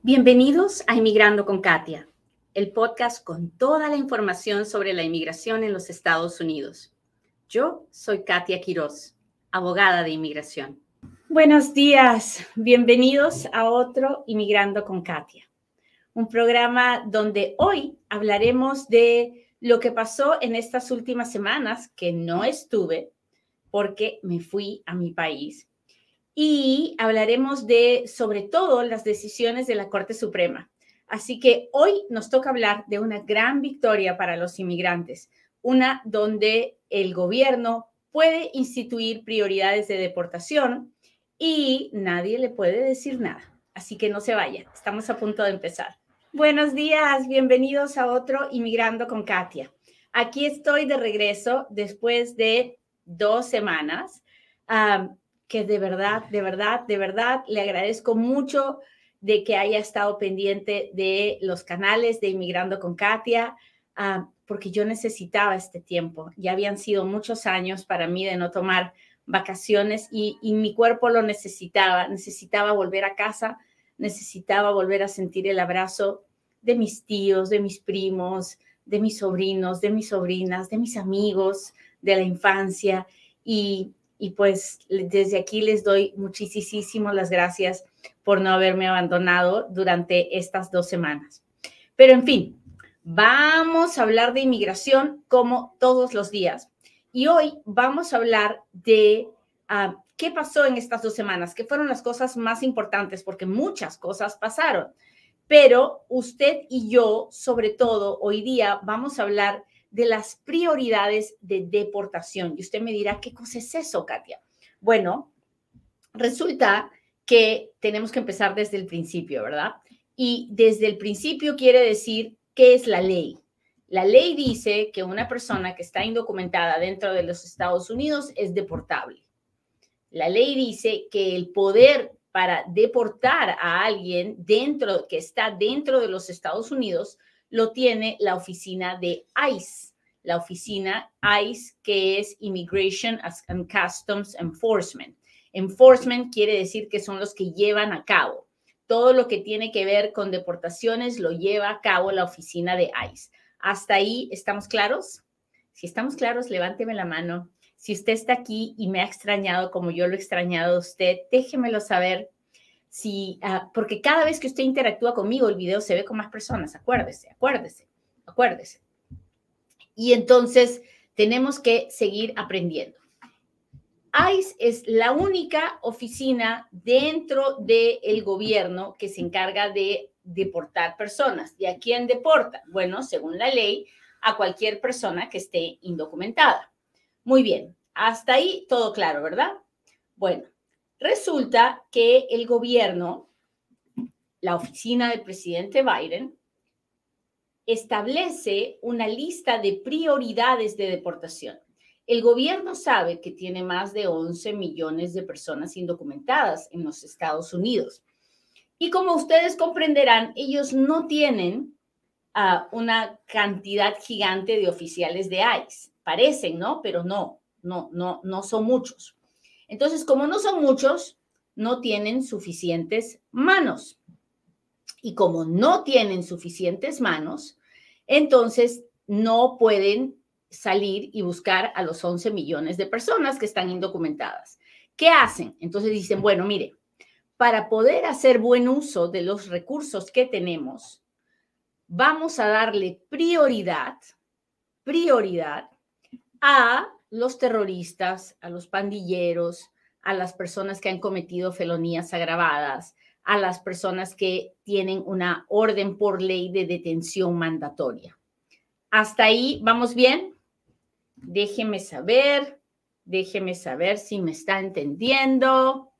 Bienvenidos a Inmigrando con Katia, el podcast con toda la información sobre la inmigración en los Estados Unidos. Yo soy Katia Quiroz, abogada de inmigración. Buenos días, bienvenidos a otro Inmigrando con Katia, un programa donde hoy hablaremos de lo que pasó en estas últimas semanas, que no estuve porque me fui a mi país. Y hablaremos de, sobre todo, las decisiones de la Corte Suprema. Así que hoy nos toca hablar de una gran victoria para los inmigrantes, una donde el gobierno puede instituir prioridades de deportación y nadie le puede decir nada. Así que no se vayan, estamos a punto de empezar. Buenos días, bienvenidos a otro Inmigrando con Katia. Aquí estoy de regreso después de 2 semanas. Que de verdad, le agradezco mucho de que haya estado pendiente de los canales de Inmigrando con Katia, porque yo necesitaba este tiempo. Ya habían sido muchos años para mí de no tomar vacaciones y mi cuerpo lo necesitaba volver a casa, necesitaba volver a sentir el abrazo de mis tíos, de mis primos, de mis sobrinos, de mis sobrinas, de mis amigos de la infancia y pues desde aquí les doy muchísimas las gracias por no haberme abandonado durante estas 2 semanas. Pero en fin, vamos a hablar de inmigración como todos los días. Y hoy vamos a hablar de qué pasó en estas 2 semanas, qué fueron las cosas más importantes, porque muchas cosas pasaron. Pero usted y yo, sobre todo hoy día, vamos a hablar de las prioridades de deportación. Y usted me dirá, ¿qué cosa es eso, Katia? Bueno, resulta que tenemos que empezar desde el principio, ¿verdad? Y desde el principio quiere decir, ¿qué es la ley? La ley dice que una persona que está indocumentada dentro de los Estados Unidos es deportable. La ley dice que el poder para deportar a alguien que está dentro de los Estados Unidos lo tiene la oficina de ICE, la oficina ICE, que es Immigration and Customs Enforcement. Enforcement quiere decir que son los que llevan a cabo. Todo lo que tiene que ver con deportaciones lo lleva a cabo la oficina de ICE. ¿Hasta ahí estamos claros? Si estamos claros, levánteme la mano. Si usted está aquí y me ha extrañado como yo lo he extrañado a usted, déjemelo saber. Porque cada vez que usted interactúa conmigo, el video se ve con más personas. Acuérdese. Y entonces tenemos que seguir aprendiendo. ICE es la única oficina dentro del gobierno que se encarga de deportar personas. ¿Y a quién deporta? Bueno, según la ley, a cualquier persona que esté indocumentada. Muy bien, hasta ahí todo claro, ¿verdad? Bueno, resulta que el gobierno, la oficina del presidente Biden, establece una lista de prioridades de deportación. El gobierno sabe que tiene más de 11 millones de personas indocumentadas en los Estados Unidos. Y como ustedes comprenderán, ellos no tienen una cantidad gigante de oficiales de ICE. Parecen, ¿no? Pero no son muchos. Entonces, como no son muchos, no tienen suficientes manos. Y como no tienen suficientes manos, entonces no pueden salir y buscar a los 11 millones de personas que están indocumentadas. ¿Qué hacen? Entonces dicen, bueno, mire, para poder hacer buen uso de los recursos que tenemos, vamos a darle prioridad a los terroristas, a los pandilleros, a las personas que han cometido felonías agravadas, a las personas que tienen una orden por ley de detención mandatoria. ¿Hasta ahí vamos bien? Déjeme saber si me está entendiendo.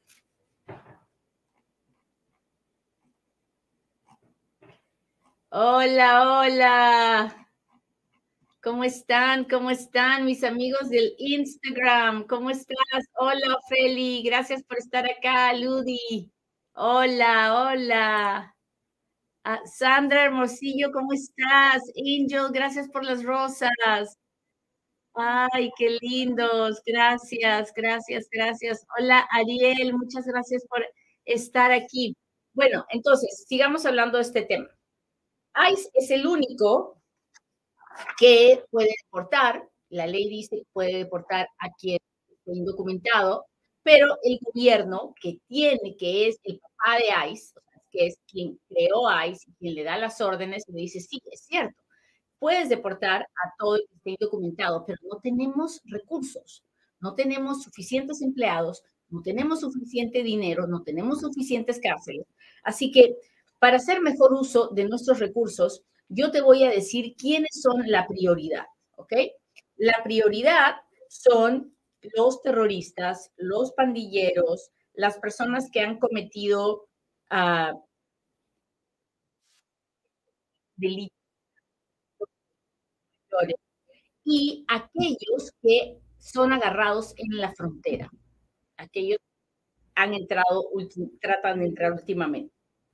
Hola. ¿Cómo están? ¿Cómo están mis amigos del Instagram? ¿Cómo estás? Hola, Feli. Gracias por estar acá, Ludi. Hola. Sandra Hermosillo, ¿cómo estás? Angel, gracias por las rosas. Ay, qué lindos. Gracias. Hola, Ariel, muchas gracias por estar aquí. Bueno, entonces, sigamos hablando de este tema. ICE es el único que puede deportar, la ley dice que puede deportar a quien esté indocumentado, pero el gobierno que es el papá de ICE, o sea, que es quien creó ICE, quien le da las órdenes, le dice, sí, es cierto, puedes deportar a todo el que esté indocumentado, pero no tenemos recursos, no tenemos suficientes empleados, no tenemos suficiente dinero, no tenemos suficientes cárceles. Así que para hacer mejor uso de nuestros recursos, yo te voy a decir quiénes son la prioridad, ¿ok? La prioridad son los terroristas, los pandilleros, las personas que han cometido delitos y aquellos que son agarrados en la frontera, aquellos que han entrado, tratan de entrar últimamente.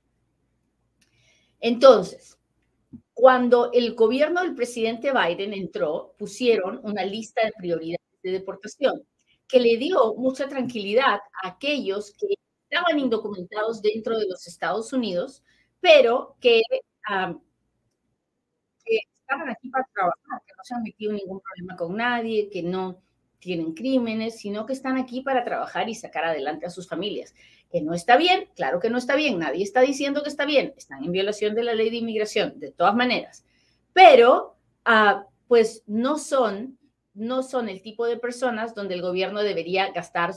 Entonces, cuando el gobierno del presidente Biden entró, pusieron una lista de prioridades de deportación que le dio mucha tranquilidad a aquellos que estaban indocumentados dentro de los Estados Unidos, pero um, que estaban aquí para trabajar, que no se han metido en ningún problema con nadie, que no tienen crímenes, sino que están aquí para trabajar y sacar adelante a sus familias. Que no está bien, claro que no está bien, nadie está diciendo que está bien, están en violación de la ley de inmigración, de todas maneras, pero pues no son el tipo de personas donde el gobierno debería gastar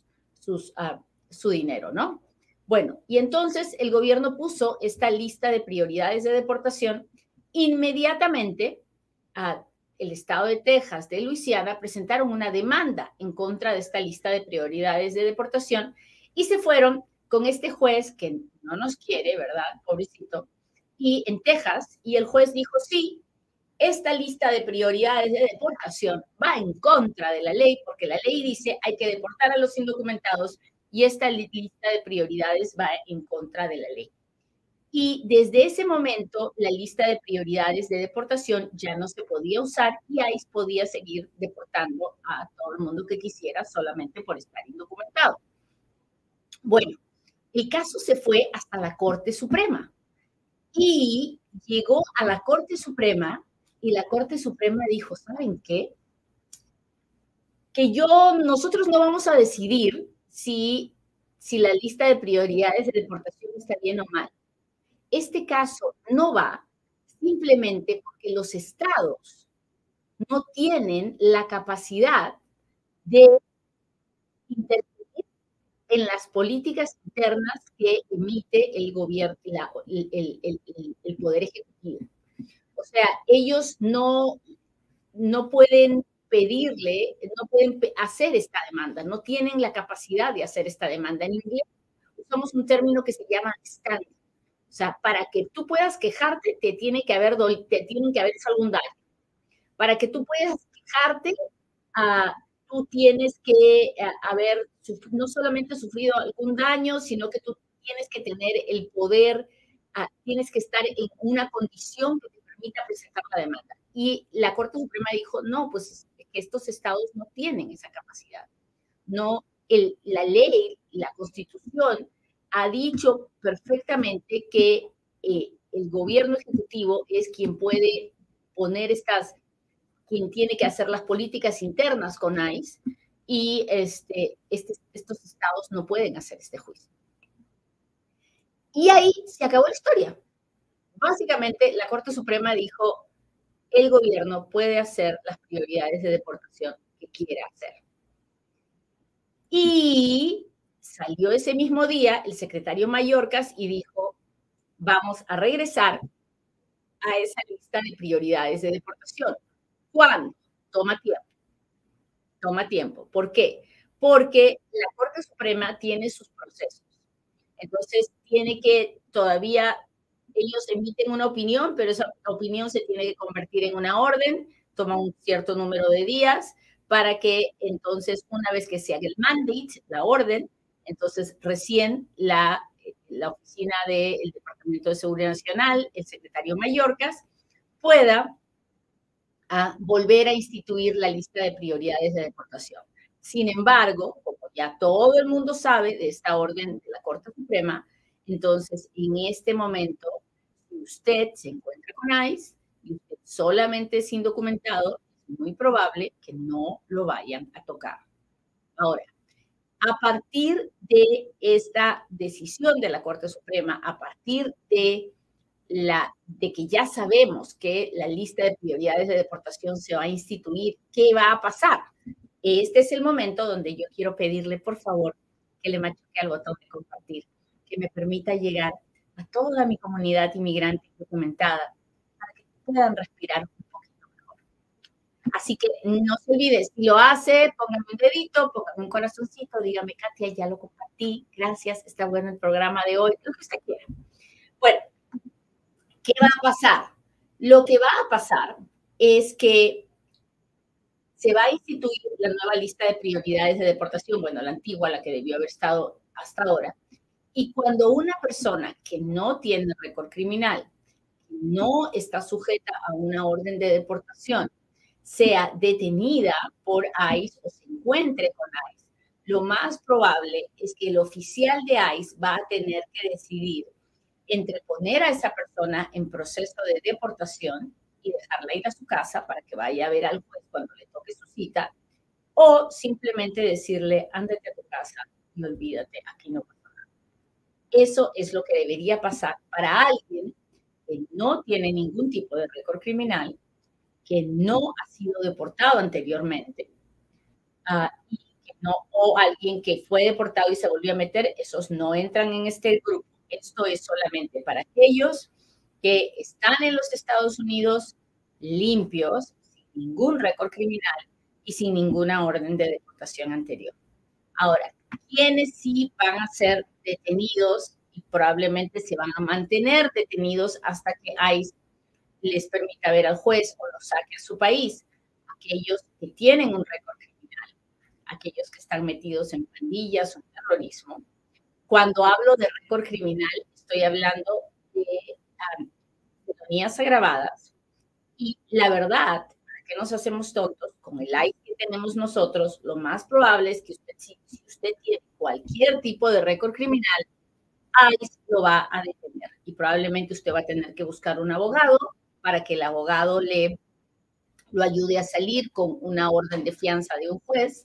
su dinero, ¿no? Bueno, y entonces el gobierno puso esta lista de prioridades de deportación. Inmediatamente, el estado de Texas, de Luisiana, presentaron una demanda en contra de esta lista de prioridades de deportación y se fueron con este juez que no nos quiere, ¿verdad? Pobrecito. Y en Texas, y el juez dijo, sí, esta lista de prioridades de deportación va en contra de la ley, porque la ley dice hay que deportar a los indocumentados y esta lista de prioridades va en contra de la ley. Y desde ese momento, la lista de prioridades de deportación ya no se podía usar y ICE podía seguir deportando a todo el mundo que quisiera solamente por estar indocumentado. Bueno, el caso se fue hasta la Corte Suprema y llegó a la Corte Suprema y la Corte Suprema dijo, ¿saben qué? Que nosotros no vamos a decidir si la lista de prioridades de deportación está bien o mal. Este caso no va simplemente porque los estados no tienen la capacidad de intervenir en las políticas internas que emite el gobierno, el Poder Ejecutivo. O sea, ellos no pueden pedirle, no pueden hacer esta demanda, no tienen la capacidad de hacer esta demanda. En inglés usamos un término que se llama standing. O sea, para que tú puedas quejarte, te tienen que haber hecho algún daño. Para que tú puedas quejarte, tú tienes que haber no solamente sufrido algún daño, sino que tú tienes que tener el poder, tienes que estar en una condición que te permita presentar la demanda. Y la Corte Suprema dijo, no, pues estos estados no tienen esa capacidad. No, la ley, la Constitución ha dicho perfectamente que el gobierno ejecutivo es quien puede poner quien tiene que hacer las políticas internas con ICE y estos estados no pueden hacer este juicio. Y ahí se acabó la historia. Básicamente, la Corte Suprema dijo, el gobierno puede hacer las prioridades de deportación que quiere hacer. Y salió ese mismo día el secretario Mayorkas y dijo, vamos a regresar a esa lista de prioridades de deportación. ¿Cuándo? Toma tiempo. Toma tiempo. ¿Por qué? Porque la Corte Suprema tiene sus procesos. Entonces, todavía ellos emiten una opinión, pero esa opinión se tiene que convertir en una orden, toma un cierto número de días para que entonces, una vez que se haga el mandate, la orden, entonces recién la oficina del Departamento de Seguridad Nacional, el secretario Mayorkas, pueda volver a instituir la lista de prioridades de deportación. Sin embargo, como ya todo el mundo sabe de esta orden de la Corte Suprema, Entonces, en este momento, si usted se encuentra con ICE y usted solamente es indocumentado, es muy probable que no lo vayan a tocar. Ahora, a partir de esta decisión de la Corte Suprema, a partir de que ya sabemos que la lista de prioridades de deportación se va a instituir, ¿qué va a pasar? Este es el momento donde yo quiero pedirle, por favor, que le machuque al botón de compartir, que me permita llegar a toda mi comunidad inmigrante documentada para que puedan respirar un poquito mejor. Así que no se olvide, si lo hace, póngame un dedito, póngame un corazoncito, dígame, Katia, ya lo compartí, gracias, está bueno el programa de hoy, lo que usted quiera. Bueno, ¿qué va a pasar? Lo que va a pasar es que se va a instituir la nueva lista de prioridades de deportación, bueno, la antigua, la que debió haber estado hasta ahora. Y cuando una persona que no tiene récord criminal, no está sujeta a una orden de deportación, sea detenida por ICE o se encuentre con ICE, lo más probable es que el oficial de ICE va a tener que decidir entre poner a esa persona en proceso de deportación y dejarla ir a su casa para que vaya a ver al juez cuando le toque su cita, o simplemente decirle, ándate a tu casa y olvídate, aquí no pasa nada. Eso es lo que debería pasar para alguien que no tiene ningún tipo de récord criminal, que no ha sido deportado anteriormente, y que no, o alguien que fue deportado y se volvió a meter, esos no entran en este grupo. Esto es solamente para aquellos que están en los Estados Unidos limpios, sin ningún récord criminal y sin ninguna orden de deportación anterior. Ahora, ¿quiénes sí van a ser detenidos y probablemente se van a mantener detenidos hasta que ICE les permita ver al juez o los saque a su país? Aquellos que tienen un récord criminal, aquellos que están metidos en pandillas o en terrorismo. Cuando hablo de récord criminal, estoy hablando de felonías agravadas. Y la verdad, ¿para qué nos hacemos tontos? Con el ICE que tenemos nosotros, lo más probable es que usted, si usted tiene cualquier tipo de récord criminal, ICE lo va a detener. Y probablemente usted va a tener que buscar un abogado para que el abogado lo ayude a salir con una orden de fianza de un juez.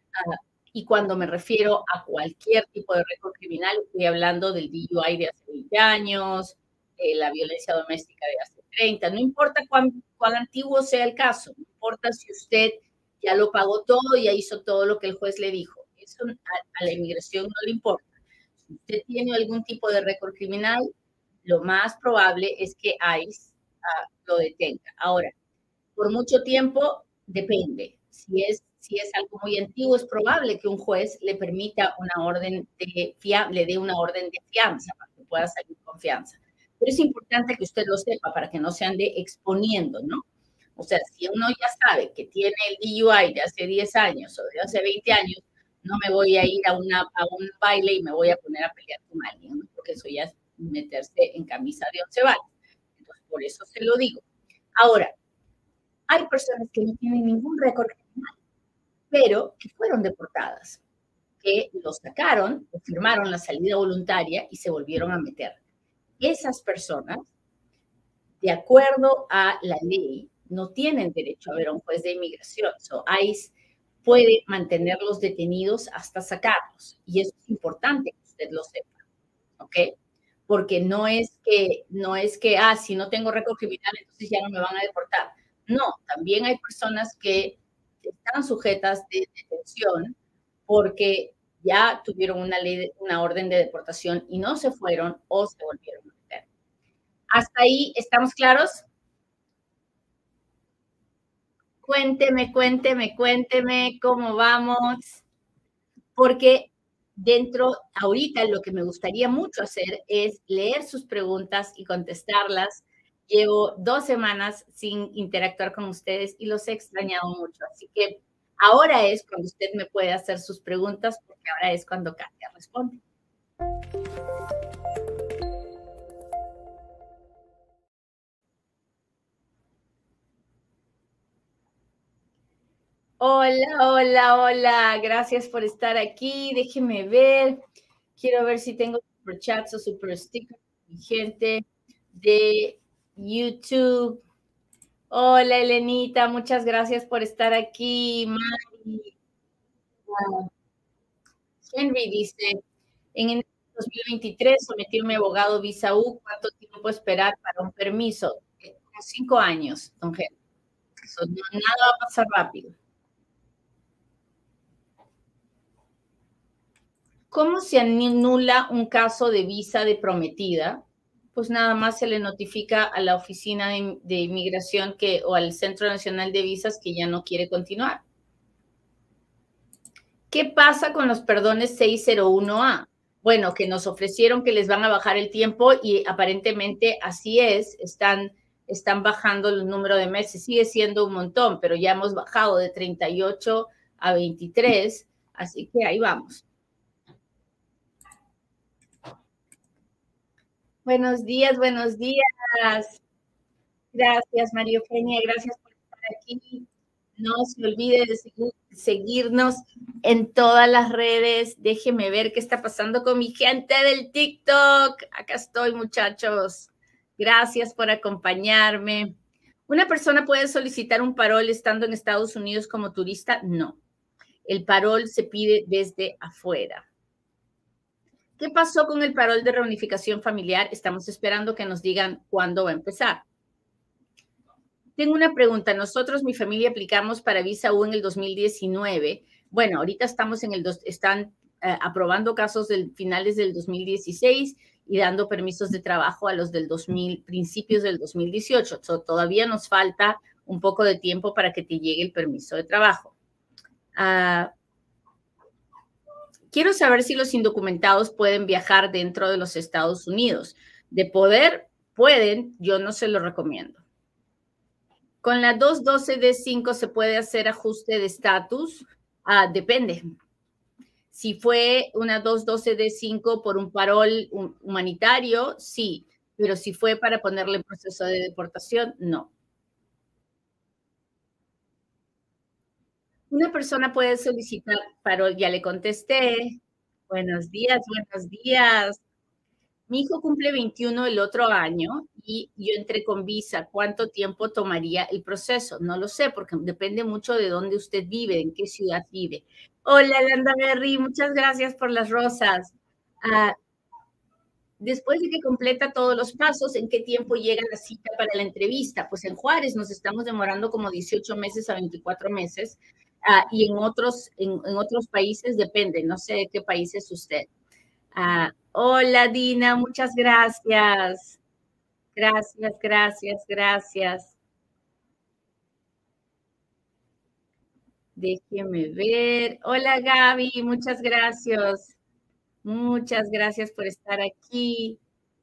Y cuando me refiero a cualquier tipo de récord criminal, estoy hablando del DUI de hace 20 años, la violencia doméstica de hace 30, no importa cuán antiguo sea el caso, no importa si usted ya lo pagó todo, ya hizo todo lo que el juez le dijo, eso a la inmigración no le importa. Si usted tiene algún tipo de récord criminal, lo más probable es que ICE lo detenga. Ahora, por mucho tiempo depende. Si es algo muy antiguo, es probable que un juez le permita una orden le dé una orden de fianza para que pueda salir con fianza. Pero es importante que usted lo sepa para que no se ande exponiendo, ¿no? O sea, si uno ya sabe que tiene el DUI de hace 10 años o de hace 20 años, no me voy a ir a un baile y me voy a poner a pelear con alguien, ¿no? Porque eso ya es meterse en camisa de 11 varas. Entonces, por eso se lo digo. Ahora, hay personas que no tienen ningún récord criminal, pero que fueron deportadas, que los sacaron, firmaron la salida voluntaria y se volvieron a meter. Esas personas, de acuerdo a la ley, no tienen derecho a ver a un juez de inmigración. So, ICE puede mantenerlos detenidos hasta sacarlos. Y eso es importante que usted lo sepa, ¿ok? Porque no es que, si no tengo récord criminal, entonces ya no me van a deportar. No, también hay personas que están sujetas de detención porque ya tuvieron una orden de deportación y no se fueron o se volvieron a meter. ¿Hasta ahí estamos claros? Cuénteme cómo vamos, porque ahorita lo que me gustaría mucho hacer es leer sus preguntas y contestarlas. Llevo 2 semanas sin interactuar con ustedes y los he extrañado mucho. Así que ahora es cuando usted me puede hacer sus preguntas, porque ahora es cuando Katia responde. Hola. Gracias por estar aquí. Déjeme ver. Quiero ver si tengo super chats o super stickers. Gente de YouTube. Hola, Elenita, muchas gracias por estar aquí. Mari. Henry dice, en enero de 2023 sometí a mi abogado visa U. ¿Cuánto tiempo esperar para un permiso? 5 años, don Henry. Nada va a pasar rápido. ¿Cómo se anula un caso de visa de prometida? Pues nada más se le notifica a la oficina de inmigración o al Centro Nacional de Visas que ya no quiere continuar. ¿Qué pasa con los perdones 601A? Bueno, que nos ofrecieron que les van a bajar el tiempo y aparentemente así es, están bajando el número de meses, sigue siendo un montón, pero ya hemos bajado de 38 a 23, así que ahí vamos. Buenos días, buenos días. Gracias, María Eugenia, gracias por estar aquí. No se olvide de seguirnos en todas las redes. Déjeme ver qué está pasando con mi gente del TikTok. Acá estoy, muchachos. Gracias por acompañarme. ¿Una persona puede solicitar un parol estando en Estados Unidos como turista? No. El parol se pide desde afuera. ¿Qué pasó con el parol de reunificación familiar? Estamos esperando que nos digan cuándo va a empezar. Tengo una pregunta. Nosotros, mi familia, aplicamos para visa U en el 2019. Bueno, ahorita estamos están aprobando casos finales del 2016 y dando permisos de trabajo a los del principios del 2018. Todavía nos falta un poco de tiempo para que te llegue el permiso de trabajo. Quiero saber si los indocumentados pueden viajar dentro de los Estados Unidos. De poder, pueden, yo no se lo recomiendo. Con la 212D5 se puede hacer ajuste de estatus. Depende. Si fue una 212D5 por un parol humanitario, sí. Pero si fue para ponerle en proceso de deportación, no. Una persona puede solicitar parol, ya le contesté. Buenos días, buenos días. Mi hijo cumple 21 el otro año y yo entré con visa. ¿Cuánto tiempo tomaría el proceso? No lo sé, porque depende mucho de dónde usted vive, en qué ciudad vive. Hola, Landa Berry, muchas gracias por las rosas. Después de que completa todos los pasos, ¿en qué tiempo llega la cita para la entrevista? Pues en Juárez nos estamos demorando como 18 meses a 24 meses y en otros países depende, no sé de qué país es usted. Hola, Dina, muchas gracias. Gracias, gracias, gracias. Déjeme ver. Hola, Gaby, muchas gracias. Muchas gracias por estar aquí.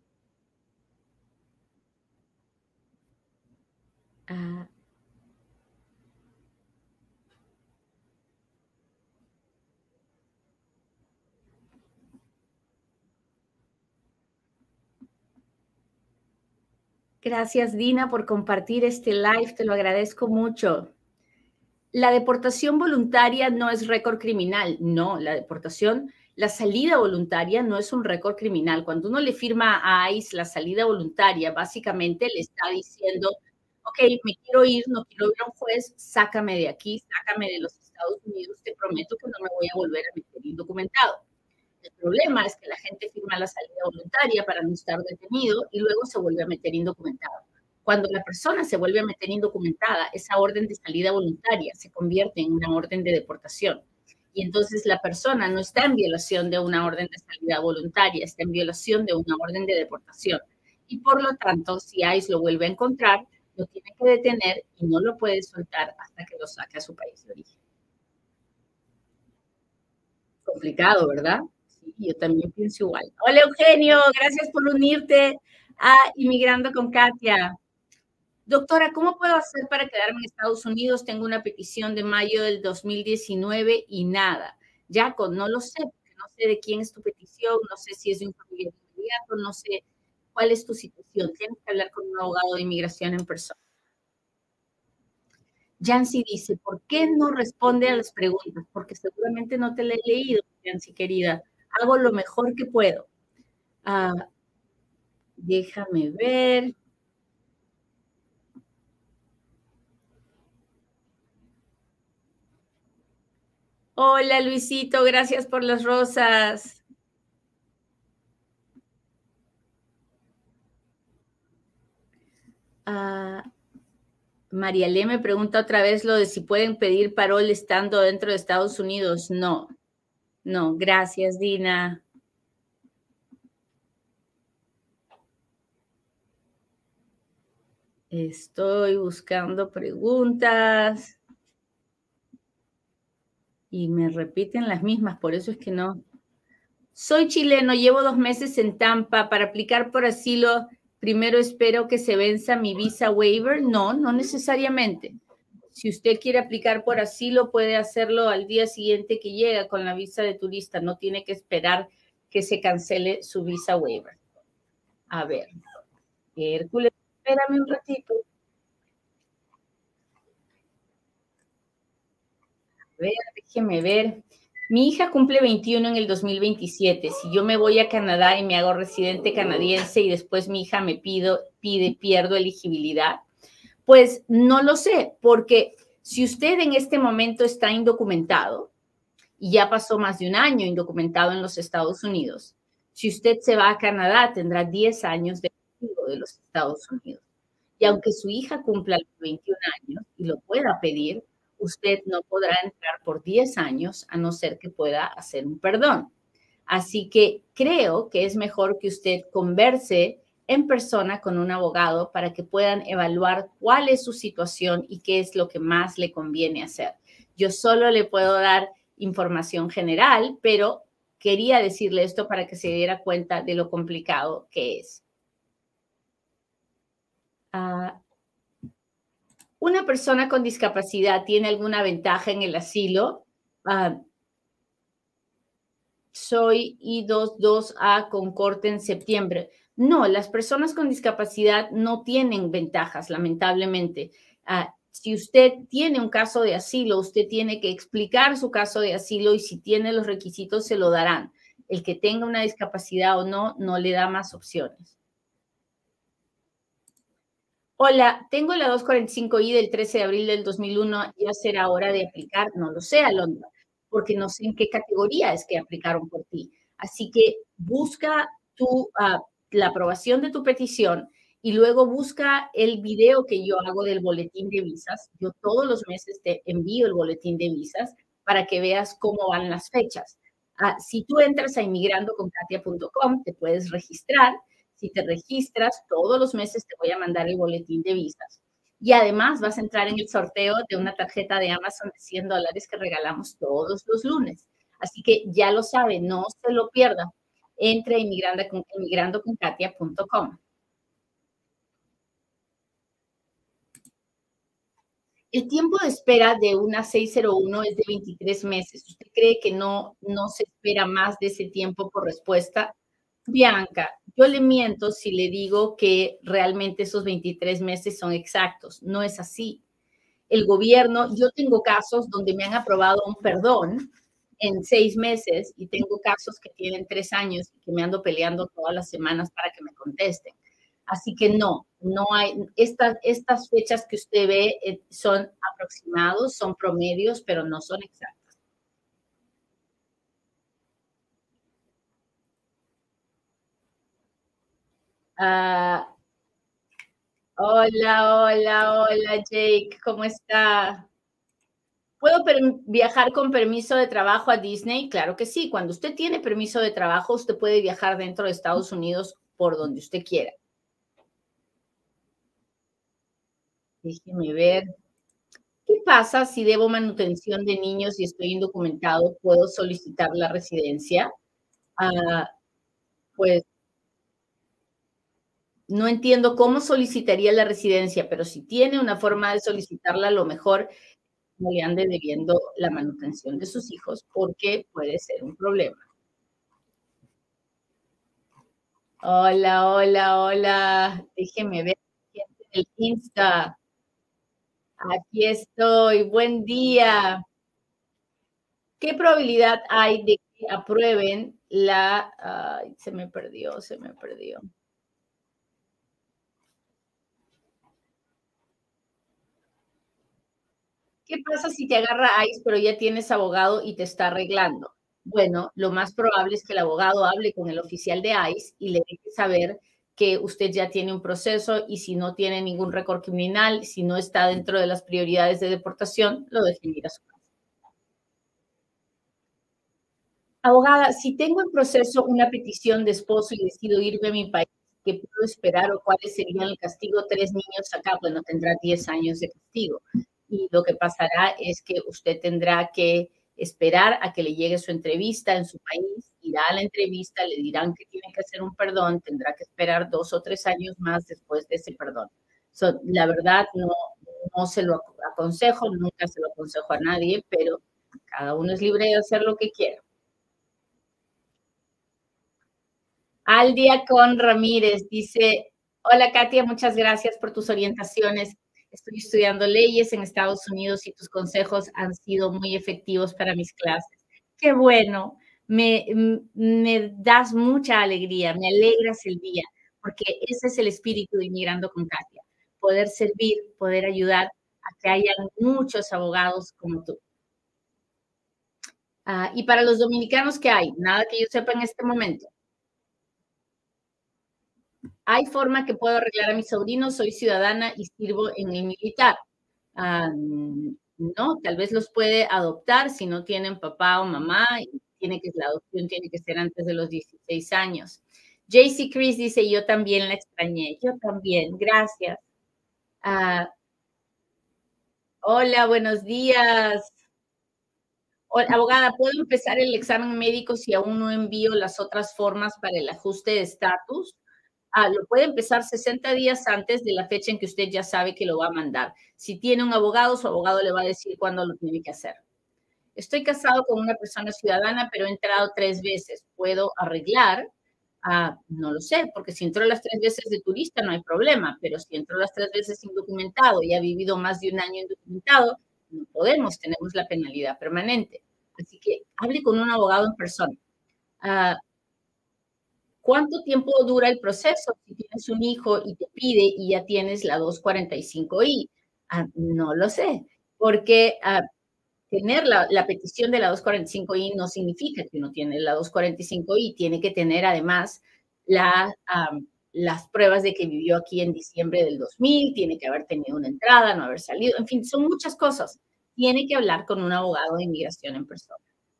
Gracias, Dina, por compartir este live. Te lo agradezco mucho. La deportación voluntaria no es récord criminal. No, la salida voluntaria no es un récord criminal. Cuando uno le firma a ICE la salida voluntaria, básicamente le está diciendo, ok, me quiero ir, no quiero ir a un juez, sácame de aquí, sácame de los Estados Unidos, te prometo que no me voy a volver a meter indocumentado. El problema es que la gente firma la salida voluntaria para no estar detenido y luego se vuelve a meter indocumentado. Cuando la persona se vuelve a meter indocumentada, esa orden de salida voluntaria se convierte en una orden de deportación. Y entonces la persona no está en violación de una orden de salida voluntaria, está en violación de una orden de deportación. Y por lo tanto, si ICE lo vuelve a encontrar, lo tiene que detener y no lo puede soltar hasta que lo saque a su país de origen. Complicado, ¿verdad? Sí, yo también pienso igual. Hola, Eugenio, gracias por unirte a Inmigrando con Katia. Doctora, ¿cómo puedo hacer para quedarme en Estados Unidos? Tengo una petición de mayo del 2019 y nada. Jaco, no lo sé, porque no sé de quién es tu petición, no sé si es de un familiar inmediato, no sé cuál es tu situación. Tienes que hablar con un abogado de inmigración en persona. Yancy dice, ¿por qué no responde a las preguntas? Porque seguramente no te la he leído, Yancy querida. Hago lo mejor que puedo. Ah, déjame ver. Hola, Luisito, gracias por las rosas. Ah, Marialé me pregunta otra vez lo de si pueden pedir parol estando dentro de Estados Unidos. No, no, gracias, Dina. Estoy buscando preguntas y me repiten las mismas, por eso es que no. Soy chileno, llevo 2 meses en Tampa para aplicar por asilo. Primero espero que se venza mi visa waiver. No, no necesariamente. Si usted quiere aplicar por asilo, puede hacerlo al día siguiente que llega con la visa de turista. No tiene que esperar que se cancele su visa waiver. A ver, Hércules, espérame un ratito. A ver, déjeme ver. Mi hija cumple 21 en el 2027. Si yo me voy a Canadá y me hago residente canadiense y después mi hija me pierdo elegibilidad, pues no lo sé, porque si usted en este momento está indocumentado y ya pasó más de un año indocumentado en los Estados Unidos, si usted se va a Canadá tendrá 10 años de los Estados Unidos. Y aunque su hija cumpla los 21 años y lo pueda pedir, usted no podrá entrar por 10 años a no ser que pueda hacer un perdón. Así que creo que es mejor que usted converse en persona con un abogado para que puedan evaluar cuál es su situación y qué es lo que más le conviene hacer. Yo solo le puedo dar información general, pero quería decirle esto para que se diera cuenta de lo complicado que es. Uh, ¿Una persona con discapacidad tiene alguna ventaja en el asilo? Soy I22A con corte en septiembre. No, las personas con discapacidad no tienen ventajas, lamentablemente. Si usted tiene un caso de asilo, usted tiene que explicar su caso de asilo y si tiene los requisitos se lo darán. El que tenga una discapacidad o no, no le da más opciones. Hola, tengo la 245I del 13 de abril del 2001. ¿Ya será hora de aplicar? No lo sé, Alondra, porque no sé en qué categoría es que aplicaron por ti. Así que busca la aprobación de tu petición y luego busca el video que yo hago del boletín de visas. Yo todos los meses te envío el boletín de visas para que veas cómo van las fechas. Si tú entras a inmigrandoconkatia.com, te puedes registrar. Si te registras, todos los meses te voy a mandar el boletín de visas. Y además vas a entrar en el sorteo de una tarjeta de Amazon de $100 que regalamos todos los lunes. Así que ya lo sabe, no se lo pierda. Entre a inmigrandoconkatia.com. El tiempo de espera de una 601 es de 23 meses. ¿Usted cree que no se espera más de ese tiempo por respuesta? Bianca, yo le miento si le digo que realmente esos 23 meses son exactos. No es así. El gobierno, yo tengo casos donde me han aprobado un perdón en 6 meses y tengo casos que tienen 3 años y que me ando peleando todas las semanas para que me contesten. Así que no hay, estas fechas que usted ve son aproximados, son promedios, pero no son exactos. Uh, hola, Jake, ¿cómo está? ¿Puedo viajar con permiso de trabajo a Disney? Claro que sí. Cuando usted tiene permiso de trabajo, usted puede viajar dentro de Estados Unidos por donde usted quiera. Déjeme ver. ¿Qué pasa si debo manutención de niños y estoy indocumentado? ¿Puedo solicitar la residencia? Ah, pues no entiendo cómo solicitaría la residencia, pero si tiene una forma de solicitarla, a lo mejor no le ande debiendo la manutención de sus hijos porque puede ser un problema. Hola. Déjeme ver el Insta. Aquí estoy. Buen día. ¿Qué probabilidad hay de que aprueben se me perdió. ¿Qué pasa si te agarra ICE, pero ya tienes abogado y te está arreglando? Bueno, lo más probable es que el abogado hable con el oficial de ICE y le deje saber que usted ya tiene un proceso y si no tiene ningún récord criminal, si no está dentro de las prioridades de deportación, lo dejen ir a su casa. Abogada, si tengo en proceso una petición de esposo y decido irme a mi país, ¿qué puedo esperar o cuáles serían el castigo? 3 niños acá, bueno, tendrá 10 años de castigo. Y lo que pasará es que usted tendrá que esperar a que le llegue su entrevista en su país, irá a la entrevista, le dirán que tiene que hacer un perdón, tendrá que esperar 2 o 3 años más después de ese perdón. La verdad, no se lo aconsejo, nunca se lo aconsejo a nadie, pero cada uno es libre de hacer lo que quiera. Aldia con Ramírez dice, hola Katia, muchas gracias por tus orientaciones. Estoy estudiando leyes en Estados Unidos y tus consejos han sido muy efectivos para mis clases. Qué bueno, me das mucha alegría, me alegras el día, porque ese es el espíritu de Inmigrando con Katia, poder servir, poder ayudar a que haya muchos abogados como tú. Y para los dominicanos, ¿qué hay? Nada que yo sepa en este momento. Hay forma que puedo arreglar a mi sobrino, soy ciudadana y sirvo en el militar. No, tal vez los puede adoptar si no tienen papá o mamá, y la adopción tiene que ser antes de los 16 años. JC Chris dice, yo también la extrañé. Yo también, gracias. Hola, buenos días. Hola, abogada, ¿puedo empezar el examen médico si aún no envío las otras formas para el ajuste de estatus? Lo puede empezar 60 días antes de la fecha en que usted ya sabe que lo va a mandar. Si tiene un abogado, su abogado le va a decir cuándo lo tiene que hacer. Estoy casado con una persona ciudadana, pero he entrado 3 veces. ¿Puedo arreglar? No lo sé, porque si entró las 3 veces de turista no hay problema, pero si entró las 3 veces indocumentado y ha vivido más de un año indocumentado, no podemos, tenemos la penalidad permanente. Así que hable con un abogado en persona. ¿Cuánto tiempo dura el proceso? Si tienes un hijo y te pide y ya tienes la 245I, no lo sé, porque tener la petición de la 245I no significa que uno tiene la 245I, tiene que tener además las pruebas de que vivió aquí en diciembre del 2000, tiene que haber tenido una entrada, no haber salido, en fin, son muchas cosas. Tiene que hablar con un abogado de inmigración en persona.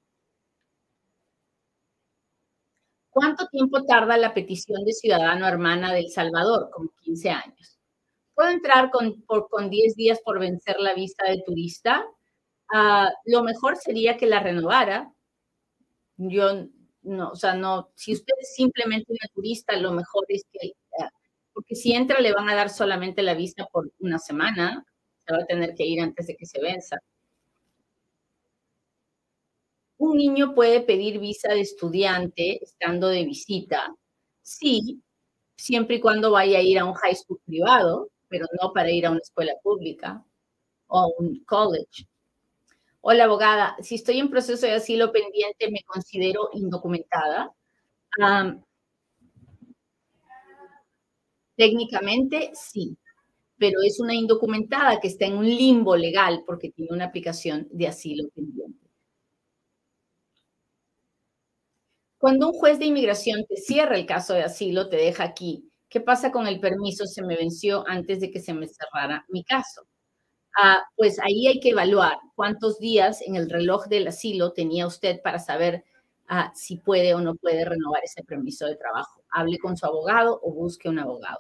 ¿Cuánto tiempo tarda la petición de ciudadano hermana de El Salvador? Como 15 años. ¿Puedo entrar con 10 días por vencer la visa de turista? Lo mejor sería que la renovara. Yo no, o sea, no, si usted es simplemente una turista, lo mejor es que, porque si entra le van a dar solamente la visa por una semana, se va a tener que ir antes de que se venza. ¿Un niño puede pedir visa de estudiante estando de visita? Sí, siempre y cuando vaya a ir a un high school privado, pero no para ir a una escuela pública o un college. Hola, abogada. Si estoy en proceso de asilo pendiente, ¿me considero indocumentada? Técnicamente, sí, pero es una indocumentada que está en un limbo legal porque tiene una aplicación de asilo pendiente. Cuando un juez de inmigración te cierra el caso de asilo, te deja aquí. ¿Qué pasa con el permiso? Se me venció antes de que se me cerrara mi caso. Pues ahí hay que evaluar cuántos días en el reloj del asilo tenía usted para saber si puede o no puede renovar ese permiso de trabajo. Hable con su abogado o busque un abogado.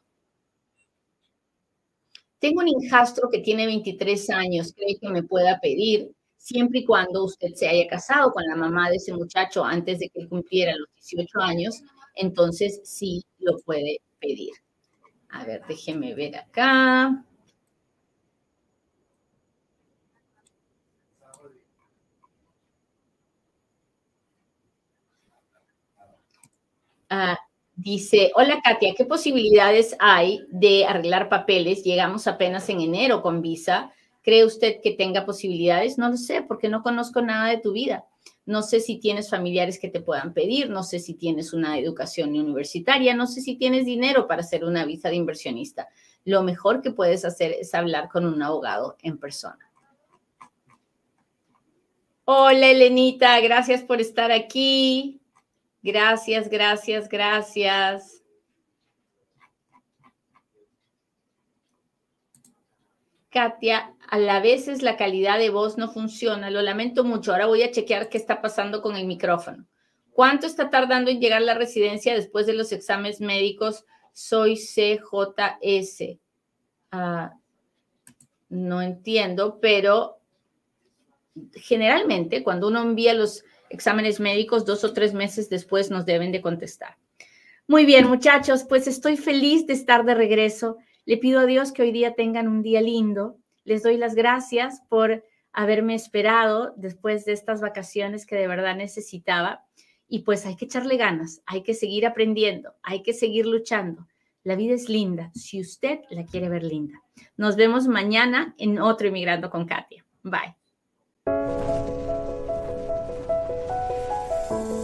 Tengo un hijastro que tiene 23 años, ¿cree que me pueda pedir? Siempre y cuando usted se haya casado con la mamá de ese muchacho antes de que cumpliera los 18 años, entonces sí lo puede pedir. A ver, déjeme ver acá. Dice, hola Katia, ¿qué posibilidades hay de arreglar papeles? Llegamos apenas en enero con visa. ¿Cree usted que tenga posibilidades? No lo sé, porque no conozco nada de tu vida. no sé si tienes familiares que te puedan pedir, no sé si tienes una educación universitaria, no sé si tienes dinero para hacer una visa de inversionista. Lo mejor que puedes hacer es hablar con un abogado en persona. Hola, Elenita, gracias por estar aquí. Gracias, gracias, gracias. Katia, a la veces la calidad de voz no funciona, lo lamento mucho. Ahora voy a chequear qué está pasando con el micrófono. ¿Cuánto está tardando en llegar la residencia después de los exámenes médicos? Soy CJS. No entiendo, pero generalmente cuando uno envía los exámenes médicos, 2 o 3 meses después nos deben de contestar. Muy bien, muchachos, pues estoy feliz de estar de regreso. Le pido a Dios que hoy día tengan un día lindo. Les doy las gracias por haberme esperado después de estas vacaciones que de verdad necesitaba. Y pues hay que echarle ganas, hay que seguir aprendiendo, hay que seguir luchando. La vida es linda, si usted la quiere ver linda. Nos vemos mañana en otro Inmigrando con Katia. Bye.